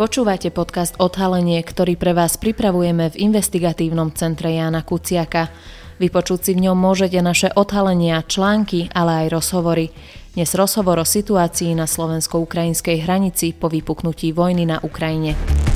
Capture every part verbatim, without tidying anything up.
Počúvate podcast Odhalenie, ktorý pre vás pripravujeme v investigatívnom centre Jána Kuciaka. Vypočuť si v ňom môžete naše odhalenia, články, ale aj rozhovory. Dnes rozhovor o situácii na slovensko-ukrajinskej hranici po vypuknutí vojny na Ukrajine.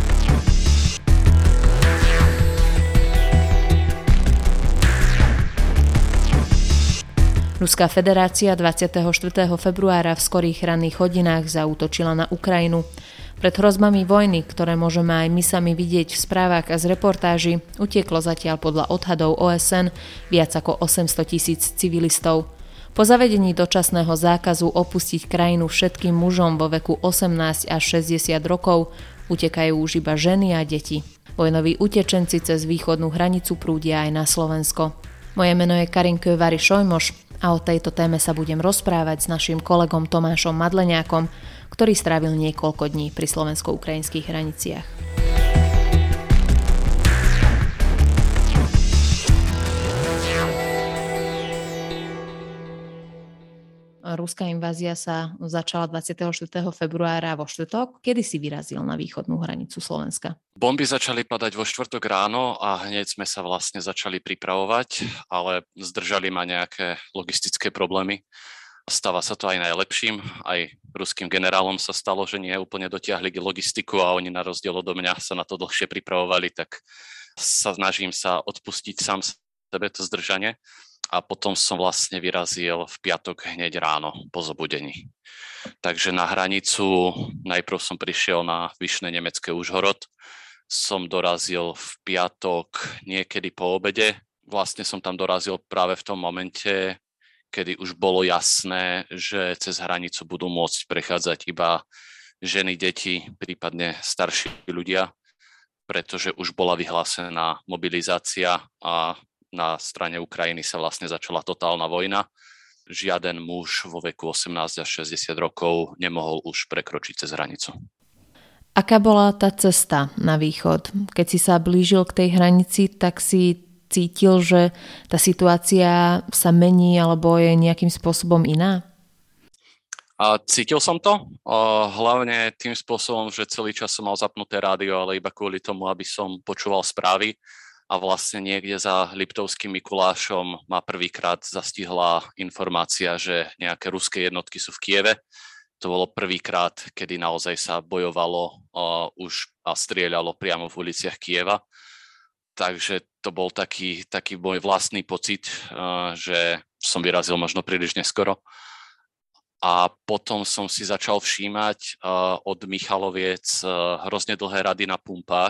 Ruská federácia dvadsiateho štvrtého februára v skorých ranných hodinách zaútočila na Ukrajinu. Pred hrozbami vojny, ktoré môžeme aj my sami vidieť v správach a z reportáží, utieklo zatiaľ podľa odhadov ó es en viac ako osemsto tisíc civilistov. Po zavedení dočasného zákazu opustiť krajinu všetkým mužom vo veku osemnásť až šesťdesiat rokov utekajú už iba ženy a deti. Vojnoví utečenci cez východnú hranicu prúdia aj na Slovensko. Moje meno je Karinka Vary Šojmoš a o tejto téme sa budem rozprávať s naším kolegom Tomášom Madleniakom, ktorý strávil niekoľko dní pri slovensko-ukrajinských hraniciach. Ruská invázia sa začala dvadsiateho štvrtého februára vo štvrtok. Kedy si vyrazil na východnú hranicu Slovenska? Bomby začali padať vo štvrtok ráno a hneď sme sa vlastne začali pripravovať, ale zdržali ma nejaké logistické problémy. Stáva sa to aj najlepším, aj ruským generálom sa stalo, že nie úplne dotiahli logistiku a oni na rozdiel odo mňa sa na to dlhšie pripravovali, tak sa snažím sa odpustiť sám sebe to zdržanie. A potom som vlastne vyrazil v piatok hneď ráno po zobudení. Takže na hranicu najprv som prišiel na Vyšné Nemecké Užhorod. Som dorazil v piatok niekedy po obede. Vlastne som tam dorazil práve v tom momente, kedy už bolo jasné, že cez hranicu budú môcť prechádzať iba ženy, deti, prípadne starší ľudia, pretože už bola vyhlásená mobilizácia a na strane Ukrajiny sa vlastne začala totálna vojna. Žiaden muž vo veku osemnásť až šesťdesiat rokov nemohol už prekročiť cez hranicu. Aká bola tá cesta na východ? Keď si sa blížil k tej hranici, tak si cítil, že tá situácia sa mení alebo je nejakým spôsobom iná? A cítil som to, hlavne tým spôsobom, že celý čas som mal zapnuté rádio, ale iba kvôli tomu, aby som počúval správy. A vlastne niekde za Liptovským Mikulášom ma prvýkrát zastihla informácia, že nejaké ruské jednotky sú v Kieve. To bolo prvýkrát, kedy naozaj sa bojovalo uh, už a strieľalo priamo v uliciach Kieva. Takže to bol taký, taký môj vlastný pocit, uh, že som vyrazil možno príliš neskoro. A potom som si začal všímať uh, od Michaloviec uh, hrozne dlhé rady na pumpách.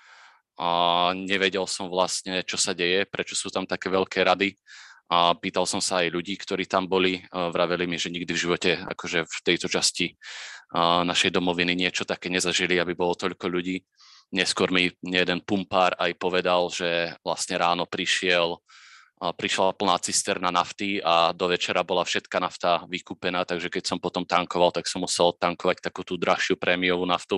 A nevedel som vlastne, čo sa deje, prečo sú tam také veľké rady. A pýtal som sa aj ľudí, ktorí tam boli, vraveli mi, že nikdy v živote akože v tejto časti našej domoviny niečo také nezažili, aby bolo toľko ľudí. Neskôr mi jeden pumpár aj povedal, že vlastne ráno prišiel, prišla plná cisterna nafty a do večera bola všetká nafta vykúpená, takže keď som potom tankoval, tak som musel tankovať takú tú drahšiu prémiovú naftu.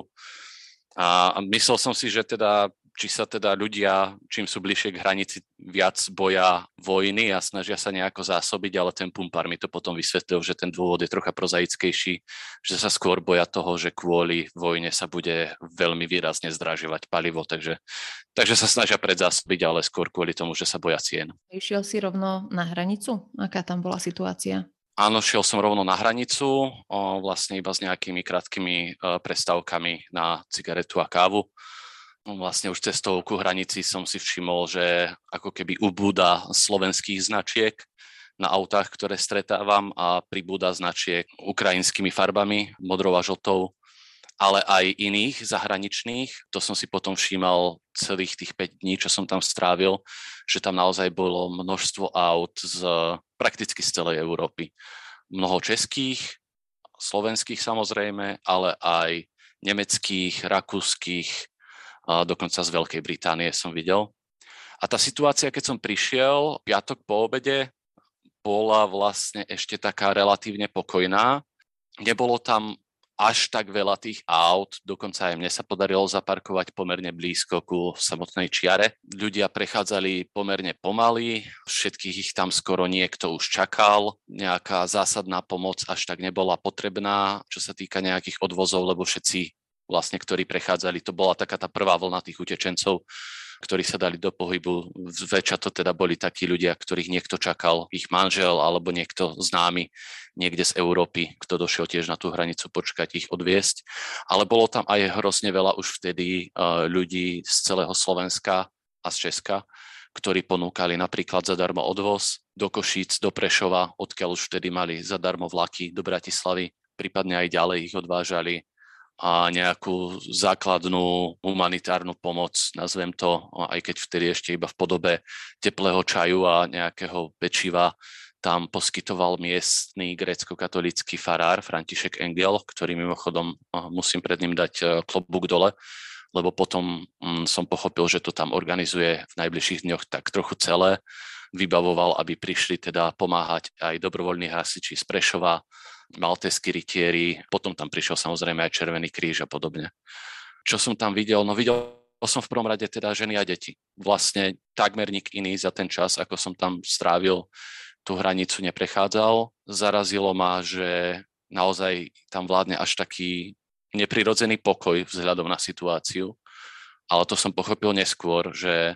A myslel som si, že teda či sa teda ľudia, čím sú bližšie k hranici, viac boja vojny a snažia sa nejako zásobiť, ale ten pumpár mi to potom vysvetlil, že ten dôvod je trocha prozaickejší, že sa skôr boja toho, že kvôli vojne sa bude veľmi výrazne zdražovať palivo, takže, takže sa snažia predzásobiť, ale skôr kvôli tomu, že sa boja cien. Išiel si rovno na hranicu? Aká tam bola situácia? Áno, šiel som rovno na hranicu, o, vlastne iba s nejakými krátkými e, prestávkami na cigaretu a kávu. Vlastne už cestou ku hranici som si všimol, že ako keby ubúda slovenských značiek na autách, ktoré stretávam a pribúda značiek ukrajinskými farbami, modrou a žltou, ale aj iných zahraničných. To som si potom všímal celých tých päť dní, čo som tam strávil, že tam naozaj bolo množstvo aut z prakticky z celej Európy. Mnoho českých, slovenských samozrejme, ale aj nemeckých, rakúskych, a dokonca z Veľkej Británie som videl. A tá situácia, keď som prišiel piatok po obede, bola vlastne ešte taká relatívne pokojná. Nebolo tam až tak veľa tých aut, dokonca aj mne sa podarilo zaparkovať pomerne blízko ku samotnej čiare. Ľudia prechádzali pomerne pomaly, všetkých ich tam skoro niekto už čakal. Nejaká zásadná pomoc až tak nebola potrebná, čo sa týka nejakých odvozov, lebo všetci vlastne, ktorí prechádzali. To bola taká tá prvá vlna tých utečencov, ktorí sa dali do pohybu. Zväčša to teda boli takí ľudia, ktorých niekto čakal, ich manžel alebo niekto známy niekde z Európy, kto došiel tiež na tú hranicu počkať ich odviesť. Ale bolo tam aj hrozne veľa už vtedy ľudí z celého Slovenska a z Česka, ktorí ponúkali napríklad zadarmo odvoz do Košíc, do Prešova, odkiaľ už vtedy mali zadarmo vlaky do Bratislavy, prípadne aj ďalej ich odvážali, a nejakú základnú humanitárnu pomoc, nazvem to, aj keď vtedy ešte iba v podobe teplého čaju a nejakého pečiva, tam poskytoval miestny grécko-katolícky farár František Engel, ktorý mimochodom musím pred ním dať klobúk dole, lebo potom som pochopil, že to tam organizuje v najbližších dňoch tak trochu celé. Vybavoval, aby prišli teda pomáhať aj dobrovoľní hasiči z Prešova, maltéski rytieri, potom tam prišiel samozrejme aj Červený kríž a podobne. Čo som tam videl? No videl som v prvom rade teda ženy a deti. Vlastne takmer nik iný za ten čas, ako som tam strávil, tú hranicu neprechádzal. Zarazilo ma, že naozaj tam vládne až taký neprirodzený pokoj vzhľadom na situáciu, ale to som pochopil neskôr, že,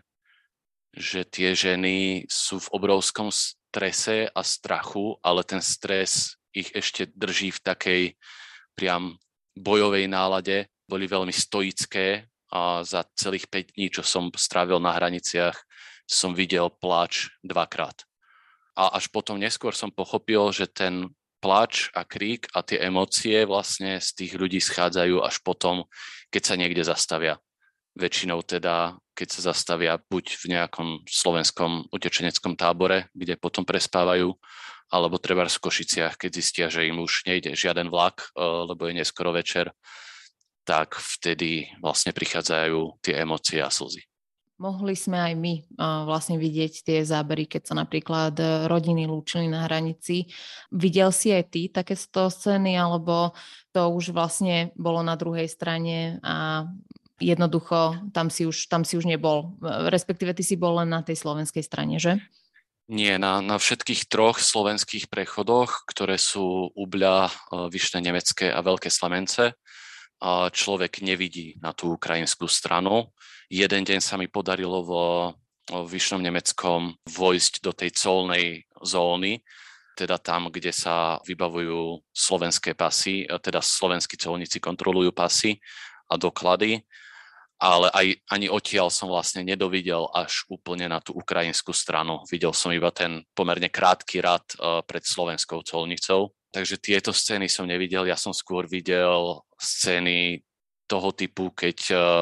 že tie ženy sú v obrovskom strese a strachu, ale ten stres ich ešte drží v takej priam bojovej nálade. Boli veľmi stoické a za celých päť dní, čo som strávil na hraniciach, som videl pláč dvakrát. A až potom neskôr som pochopil, že ten pláč a krík a tie emócie vlastne z tých ľudí schádzajú až potom, keď sa niekde zastavia. Väčšinou teda, keď sa zastavia buď v nejakom slovenskom utečeneckom tábore, kde potom prespávajú, alebo treba v Košiciach, keď zistia, že im už nejde žiaden vlak, lebo je neskoro večer, tak vtedy vlastne prichádzajú tie emócie a slzy. Mohli sme aj my vlastne vidieť tie zábery, keď sa napríklad rodiny lúčili na hranici. Videl si aj ty takéto scény, alebo to už vlastne bolo na druhej strane a jednoducho tam si už, tam si už nebol, respektíve ty si bol len na tej slovenskej strane, že? Nie, na, na všetkých troch slovenských prechodoch, ktoré sú Ubľa, Vyšné Nemecké a Veľké Slamence, človek nevidí na tú ukrajinskú stranu. Jeden deň sa mi podarilo vo, vo Vyšnom Nemeckom vojsť do tej colnej zóny, teda tam, kde sa vybavujú slovenské pasy, teda slovenskí colníci kontrolujú pasy a doklady, ale aj ani odtiaľ som vlastne nedovidel až úplne na tú ukrajinskú stranu. Videl som iba ten pomerne krátky rad pred slovenskou colnicou. Takže tieto scény som nevidel, ja som skôr videl scény toho typu, keď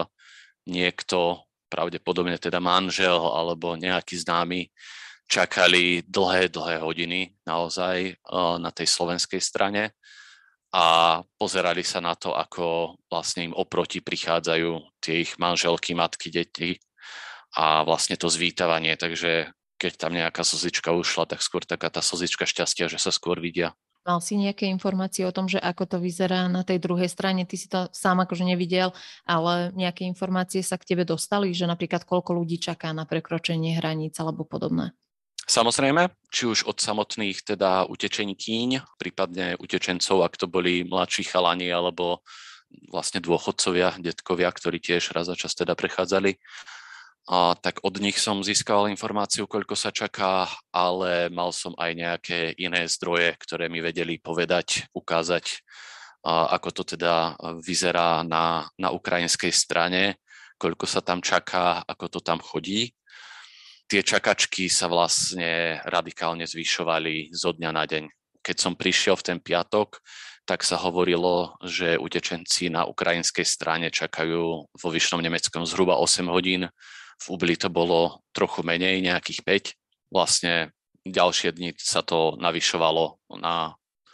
niekto, pravdepodobne teda manžel alebo nejaký známy, čakali dlhé, dlhé hodiny naozaj na tej slovenskej strane a pozerali sa na to, ako vlastne im oproti prichádzajú tie ich manželky, matky, deti a vlastne to zvítavanie. Takže keď tam nejaká slzička ušla, tak skôr taká tá slzička šťastia, že sa skôr vidia. Mal si nejaké informácie o tom, že ako to vyzerá na tej druhej strane? Ty si to sám akože nevidel, ale nejaké informácie sa k tebe dostali, že napríklad koľko ľudí čaká na prekročenie hraníc alebo podobné? Samozrejme, či už od samotných teda utečeníkyň, prípadne utečencov, ak to boli mladší chalani alebo vlastne dôchodcovia, detkovia, ktorí tiež raz za čas teda prechádzali, a tak od nich som získal informáciu, koľko sa čaká, ale mal som aj nejaké iné zdroje, ktoré mi vedeli povedať, ukázať, ako to teda vyzerá na, na ukrajinskej strane, koľko sa tam čaká, ako to tam chodí. Tie čakačky sa vlastne radikálne zvyšovali zo dňa na deň. Keď som prišiel v ten piatok, tak sa hovorilo, že utečenci na ukrajinskej strane čakajú vo Vyšnom Nemeckom zhruba osem hodín. V Ubli to bolo trochu menej, nejakých päť. Vlastne ďalšie dni sa to navyšovalo na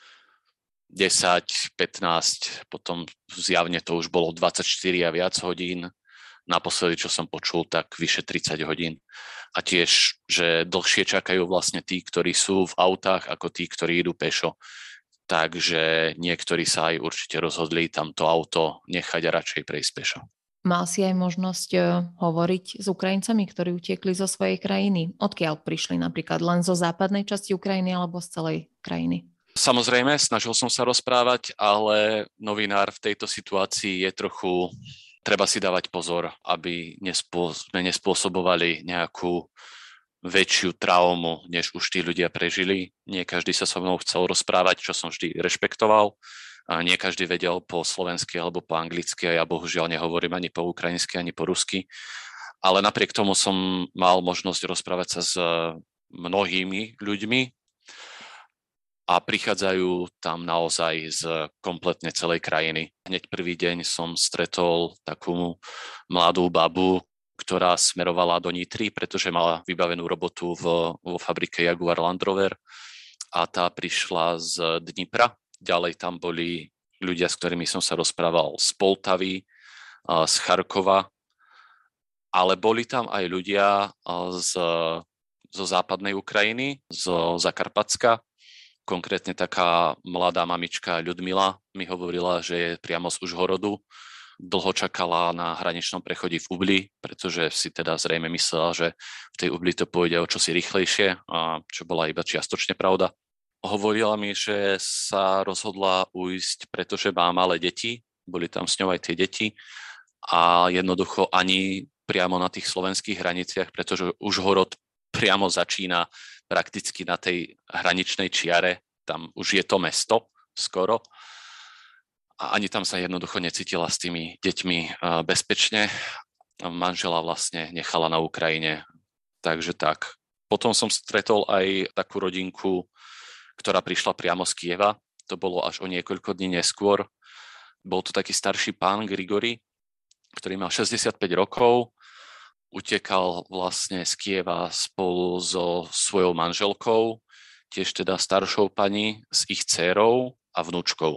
desať, pätnásť, potom zjavne to už bolo dvadsaťštyri a viac hodín. Naposledy, čo som počul, tak vyše tridsať hodín. A tiež, že dlhšie čakajú vlastne tí, ktorí sú v autách, ako tí, ktorí idú pešo. Takže niektorí sa aj určite rozhodli tamto auto nechať a radšej prejsť pešo. Mal si aj možnosť hovoriť s Ukrajincami, ktorí utiekli zo svojej krajiny? Odkiaľ prišli napríklad? Len zo západnej časti Ukrajiny alebo z celej krajiny? Samozrejme, snažil som sa rozprávať, ale novinár v tejto situácii je trochu, treba si dávať pozor, aby nespô, sme nespôsobovali nejakú väčšiu traumu, než už tí ľudia prežili. Nie každý sa so mnou chcel rozprávať, čo som vždy rešpektoval. A nie každý vedel po slovensky alebo po anglicky a ja bohužiaľ nehovorím ani po ukrajinsky, ani po rusky. Ale napriek tomu som mal možnosť rozprávať sa s mnohými ľuďmi, a prichádzajú tam naozaj z kompletne celej krajiny. Hneď prvý deň som stretol takú mladú babu, ktorá smerovala do Nitry, pretože mala vybavenú robotu v, vo fabrike Jaguar Land Rover a tá prišla z Dnipra. Ďalej tam boli ľudia, s ktorými som sa rozprával z Poltavy, z Charkova, ale boli tam aj ľudia z, zo západnej Ukrajiny, zo Zakarpatska. Konkrétne taká mladá mamička Ľudmila mi hovorila, že je priamo z Užhorodu. Dlho čakala na hraničnom prechode v Ubli, pretože si teda zrejme myslela, že v tej Ubli to pôjde o čosi rýchlejšie, a čo bola iba čiastočne pravda. Hovorila mi, že sa rozhodla ujsť, pretože má malé deti, boli tam s ňou aj tie deti a jednoducho ani priamo na tých slovenských hraniciach, pretože Užhorod priamo začína prakticky na tej hraničnej čiare, tam už je to mesto skoro a ani tam sa jednoducho necítila s tými deťmi bezpečne. Manžela vlastne nechala na Ukrajine, takže tak. Potom som stretol aj takú rodinku, ktorá prišla priamo z Kieva, to bolo až o niekoľko dní neskôr. Bol to taký starší pán Grigori, ktorý mal šesťdesiatpäť rokov, utekal vlastne z Kieva spolu so svojou manželkou, tiež teda staršou pani, s ich dcérou a vnúčkou.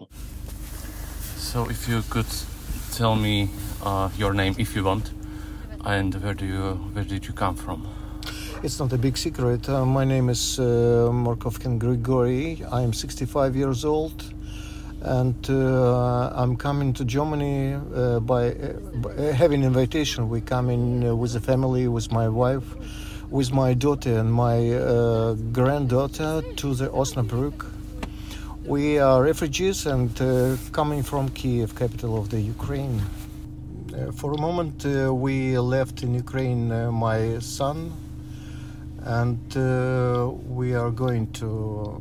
So if you could tell me uh, your name if you want, and where do you where did you come from? It's not a big secret. Uh, my name is uh, Markovkin Grigory. I am sixty-five years old. And uh, I'm coming to Germany uh, by, uh, by having invitation. We come in uh, with the family, with my wife, with my daughter and my uh, granddaughter to the Osnabrück. We are refugees and uh, coming from Kiev, capital of the Ukraine. Uh, for a moment uh, we left in Ukraine uh, my son, and uh, we are going to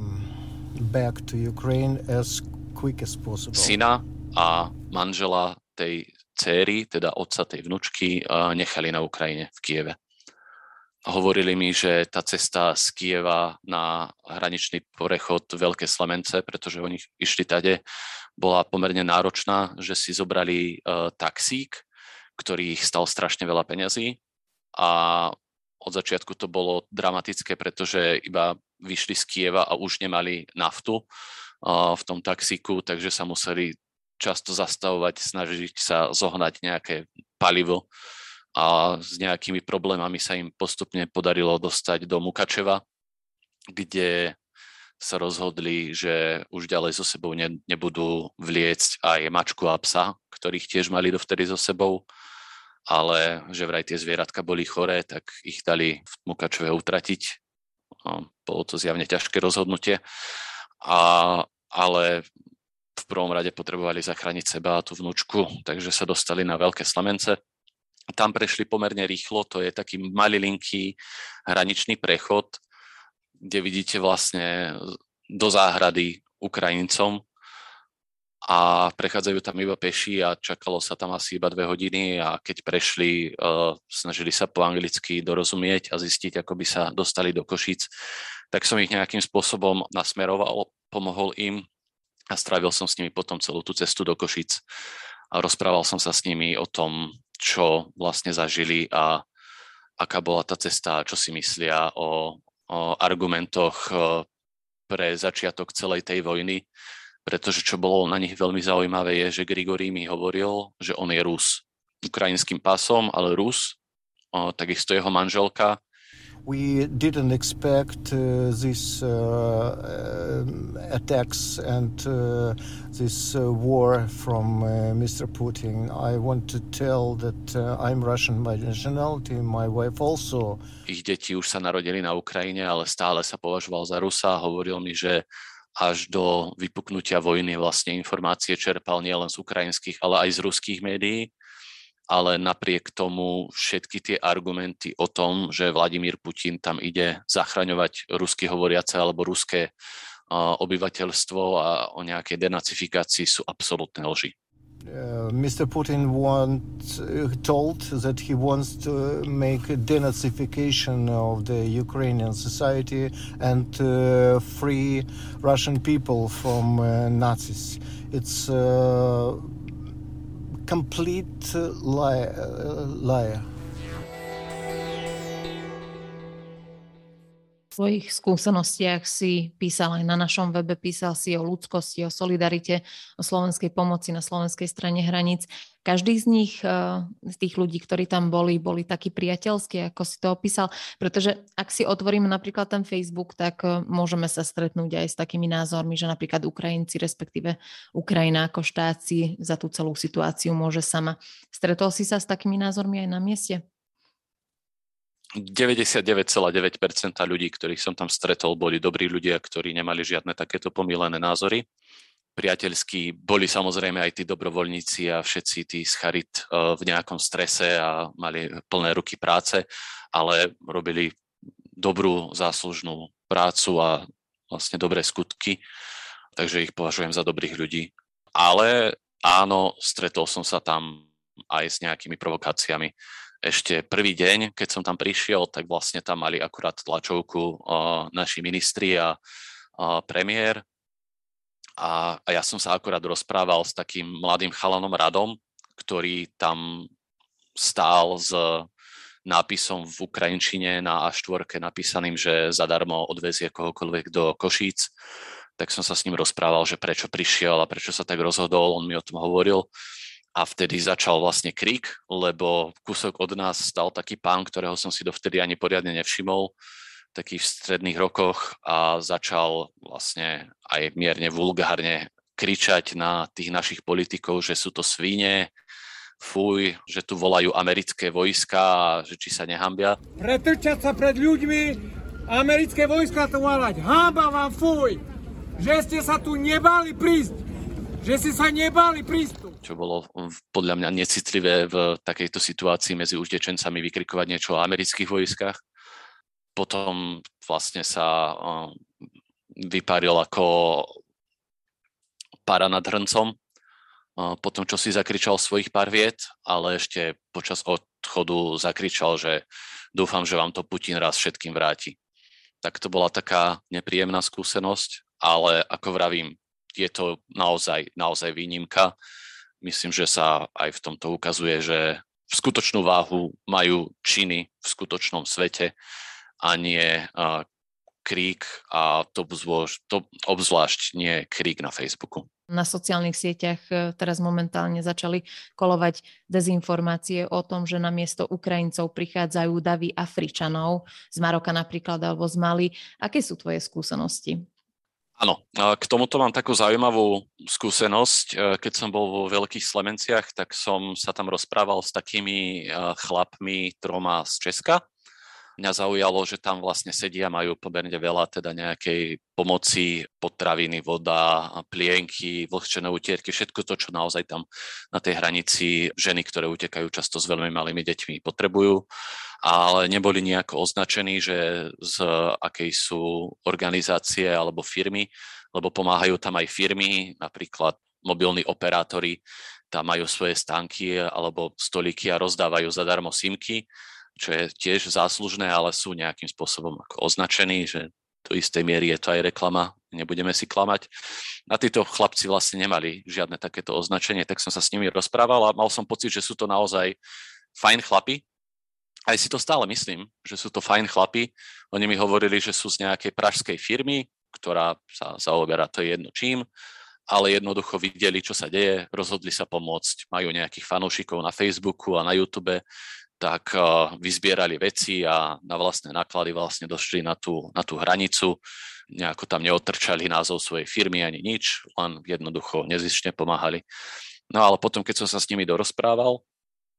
back to Ukraine as quick as possible. Syna a manžela tej dcéry, teda otca tej vnučky, nechali na Ukrajine v Kieve. Hovorili mi, že tá cesta z Kieva na hraničný prechod Veľké Slemence, pretože oni išli tade, bola pomerne náročná, že si zobrali uh, taxík, ktorý ich stal strašne veľa peňazí a od začiatku to bolo dramatické, pretože iba vyšli z Kieva a už nemali naftu uh, v tom taxíku, takže sa museli často zastavovať, snažiť sa zohnať nejaké palivo a s nejakými problémami sa im postupne podarilo dostať do Mukačeva, kde sa rozhodli, že už ďalej so sebou ne, nebudú vliecť aj mačku a psa, ktorých tiež mali dovtedy so sebou, ale že vraj tie zvieratka boli choré, tak ich dali v Mukačeve utratiť. Bolo to zjavne ťažké rozhodnutie, a, ale v prvom rade potrebovali zachrániť seba a tú vnúčku, takže sa dostali na Veľké Slemence. Tam prešli pomerne rýchlo, to je taký malilinký hraničný prechod, kde vidíte vlastne do záhrady Ukrajincom a prechádzajú tam iba peši a čakalo sa tam asi iba dve hodiny a keď prešli, uh, snažili sa po anglicky dorozumieť a zistiť, ako by sa dostali do Košíc, tak som ich nejakým spôsobom nasmeroval, pomohol im a strávil som s nimi potom celú tú cestu do Košíc a rozprával som sa s nimi o tom, čo vlastne zažili a aká bola tá cesta, čo si myslia o, o argumentoch pre začiatok celej tej vojny, pretože čo bolo na nich veľmi zaujímavé je, že Grigorij mi hovoril, že on je Rus. Ukrajinským pasom, ale Rus, o, takisto jeho manželka. We didn't expect uh, these uh, uh, attacks and uh, this uh, war from uh, mister Putin. I want to tell that uh, I'm Russian by nationality, my wife also. Ich deti už sa narodili na Ukrajine, ale stále sa považoval za Rusa a hovoril mi, že až do vypuknutia vojny vlastne informácie čerpal nielen z ukrajinských, ale aj z ruských médií. Ale napriek tomu všetky tie argumenty o tom, že Vladimír Putin tam ide zachraňovať rusky hovoriace alebo ruské uh, obyvateľstvo a o nejakej denacifikácii sú absolútne lži. Uh, Mister Putin want, uh, told that he wants to make a denazification of the Ukrainian society and uh, free Russian people from uh, Nazis. It's a complete lie, uh, liar. V svojich skúsenostiach si písal aj na našom webe, písal si o ľudskosti, o solidarite, o slovenskej pomoci na slovenskej strane hraníc. Každý z nich, z tých ľudí, ktorí tam boli, boli takí priateľskí, ako si to opísal. Pretože ak si otvoríme napríklad ten Facebook, tak môžeme sa stretnúť aj s takými názormi, že napríklad Ukrajinci, respektíve Ukrajina ako štát si za tú celú situáciu môže sama. Stretol si sa s takými názormi aj na mieste? deväťdesiatdeväť celá deväť percent ľudí, ktorých som tam stretol, boli dobrí ľudia, ktorí nemali žiadne takéto pomýlené názory. Priateľskí boli samozrejme aj tí dobrovoľníci a všetci tí z charit v nejakom strese a mali plné ruky práce, ale robili dobrú, záslužnú prácu a vlastne dobré skutky, takže ich považujem za dobrých ľudí. Ale áno, stretol som sa tam aj s nejakými provokáciami. Ešte prvý deň, keď som tam prišiel, tak vlastne tam mali akurát tlačovku uh, naši ministri a uh, premiér. A, a ja som sa akurát rozprával s takým mladým chalanom Radom, ktorý tam stál s nápisom v ukrajinčine na á štyri napísaným, že zadarmo odvezie kohokoľvek do Košíc. Tak som sa s ním rozprával, že prečo prišiel a prečo sa tak rozhodol. On mi o tom hovoril. A vtedy začal vlastne krík, lebo kúsok od nás stal taký pán, ktorého som si dovtedy ani poriadne nevšimol, taký v stredných rokoch, a začal vlastne aj mierne vulgárne kričať na tých našich politikov, že sú to svine, fuj, že tu volajú americké vojska a že či sa nehambia. Pretrčať sa pred ľuďmi, americké vojska tu volať, hanba vám, fuj, že ste sa tu nebáli prísť, že si sa nebáli prísť tu. Čo bolo podľa mňa necitlivé v takejto situácii medzi utečencami vykrikovať niečo o amerických vojskách. Potom vlastne sa vypáril ako para nad hrncom, potom čo si zakričal svojich pár viet, ale ešte počas odchodu zakričal, že dúfam, že vám to Putin raz všetkým vráti. Tak to bola taká nepríjemná skúsenosť, ale ako vravím, je to naozaj, naozaj výnimka. Myslím, že sa aj v tomto ukazuje, že v skutočnú váhu majú činy v skutočnom svete a nie uh, krík, a to, obzvlášť, to obzvlášť nie krík na Facebooku. Na sociálnych sieťach teraz momentálne začali kolovať dezinformácie o tom, že na miesto Ukrajincov prichádzajú davy Afričanov z Maroka napríklad alebo z Mali. Aké sú tvoje skúsenosti? Áno, k tomuto mám takú zaujímavú skúsenosť. Keď som bol vo Veľkých Slemenciach, tak som sa tam rozprával s takými chlapmi, troma z Česka. Mňa zaujalo, že tam vlastne sedia, majú pomerne veľa teda nejakej pomoci, potraviny, voda, plienky, vlhčené utierky, všetko to, čo naozaj tam na tej hranici ženy, ktoré utekajú často s veľmi malými deťmi, potrebujú. Ale neboli nejako označení, že z akej sú organizácie alebo firmy, lebo pomáhajú tam aj firmy, napríklad mobilní operátori, tam majú svoje stánky alebo stolíky a rozdávajú zadarmo simky, čo je tiež záslužné, ale sú nejakým spôsobom ako označení, že do istej miery je to aj reklama, nebudeme si klamať. A títo chlapci vlastne nemali žiadne takéto označenie, tak som sa s nimi rozprával a mal som pocit, že sú to naozaj fajn chlapi. Aj si to stále myslím, že sú to fajn chlapi. Oni mi hovorili, že sú z nejakej pražskej firmy, ktorá sa zaoberá, to je jedno čím, ale jednoducho videli, čo sa deje, rozhodli sa pomôcť, majú nejakých fanúšikov na Facebooku a na YouTube, tak uh, vyzbierali veci a na vlastné náklady vlastne došli na tú, na tú hranicu. Nejako tam neotrčali názov svojej firmy ani nič, len jednoducho nezištne pomáhali. No ale potom, keď som sa s nimi dorozprával,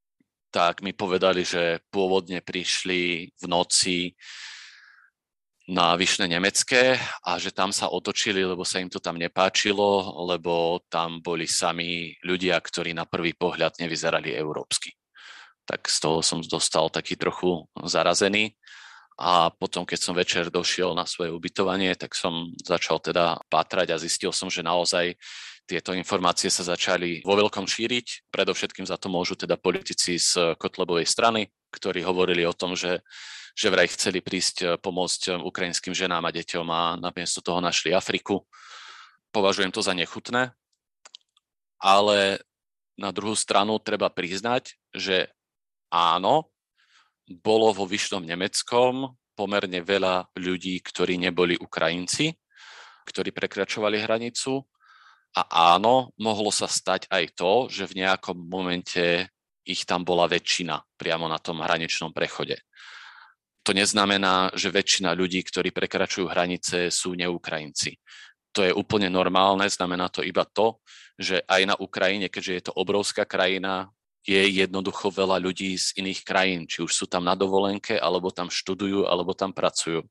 tak mi povedali, že pôvodne prišli v noci na Vyšné Nemecké a že tam sa otočili, lebo sa im to tam nepáčilo, lebo tam boli sami ľudia, ktorí na prvý pohľad nevyzerali európsky. Tak z toho som dostal taký trochu zarazený a potom, keď som večer došiel na svoje ubytovanie, tak som začal teda pátrať a zistil som, že naozaj tieto informácie sa začali vo veľkom šíriť. Predovšetkým za to môžu teda politici z Kotlebovej strany, ktorí hovorili o tom, že že vraj chceli prísť pomôcť ukrajinským ženám a deťom a namiesto toho našli Afriku. Považujem to za nechutné, ale na druhú stranu treba priznať, že áno, bolo vo Vyšnom Nemeckom pomerne veľa ľudí, ktorí neboli Ukrajinci, ktorí prekračovali hranicu a áno, mohlo sa stať aj to, že v nejakom momente ich tam bola väčšina priamo na tom hraničnom prechode. To neznamená, že väčšina ľudí, ktorí prekračujú hranice, sú neukrajinci. To je úplne normálne, znamená to iba to, že aj na Ukrajine, keďže je to obrovská krajina, je jednoducho veľa ľudí z iných krajín, či už sú tam na dovolenke, alebo tam študujú, alebo tam pracujú.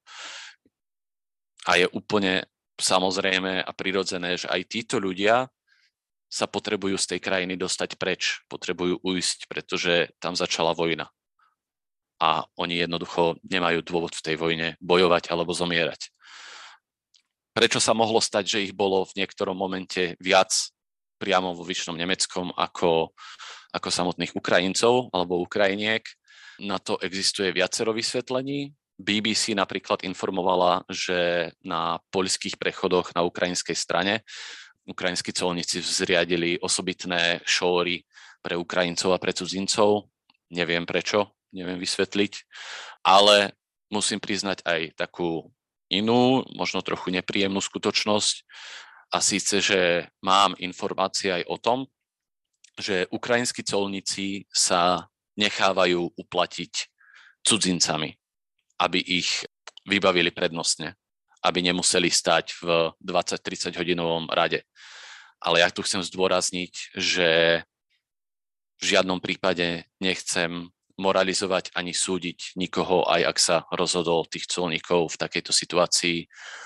A je úplne samozrejme a prirodzené, že aj títo ľudia sa potrebujú z tej krajiny dostať preč, potrebujú ujsť, pretože tam začala vojna. A oni jednoducho nemajú dôvod v tej vojne bojovať alebo zomierať. Prečo sa mohlo stať, že ich bolo v niektorom momente viac priamo vo Vyšnom Nemeckom ako, ako samotných Ukrajincov alebo Ukrajiniek? Na to existuje viacero vysvetlení. bé bé cé napríklad informovala, že na poľských prechodoch na ukrajinskej strane ukrajinskí colníci zriadili osobitné šóry pre Ukrajincov a pre cudzincov. Neviem prečo. Neviem vysvetliť, ale musím priznať aj takú inú, možno trochu nepríjemnú skutočnosť a síce, že mám informácie aj o tom, že ukrajinskí colníci sa nechávajú uplatiť cudzincami, aby ich vybavili prednostne, aby nemuseli stať v dvadsať tridsať hodinovom rade. Ale ja tu chcem zdôrazniť, že v žiadnom prípade nechcem moralizovať ani súdiť nikoho, aj ak sa rozhodol tých colníkov v takejto situácii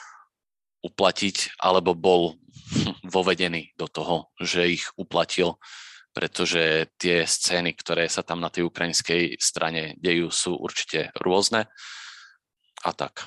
uplatiť, alebo bol vovedený do toho, že ich uplatil, pretože tie scény, ktoré sa tam na tej ukrajinskej strane dejú, sú určite rôzne. A tak.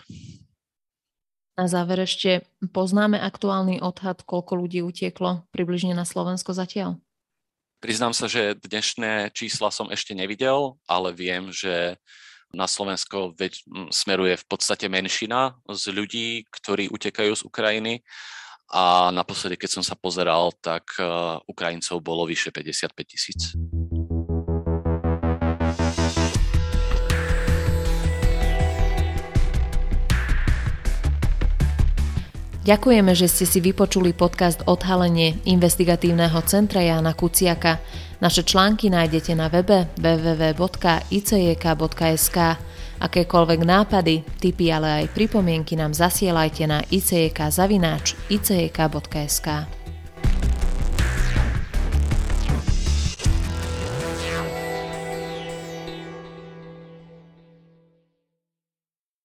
Na záver ešte poznáme aktuálny odhad, koľko ľudí utieklo približne na Slovensko zatiaľ? Priznám sa, že dnešné čísla som ešte nevidel, ale viem, že na Slovensko väč- smeruje v podstate menšina z ľudí, ktorí utekajú z Ukrajiny a naposledy, keď som sa pozeral, tak uh, Ukrajincov bolo vyše päťdesiatpäť tisíc. Ďakujeme, že ste si vypočuli podcast Odhalenie investigatívneho centra Jána Kuciaka. Naše články nájdete na webe w w w bodka i c j k bodka s k. Akékoľvek nápady, tipy, ale aj pripomienky nám zasielajte na i c j k zavináč i c j k bodka s k.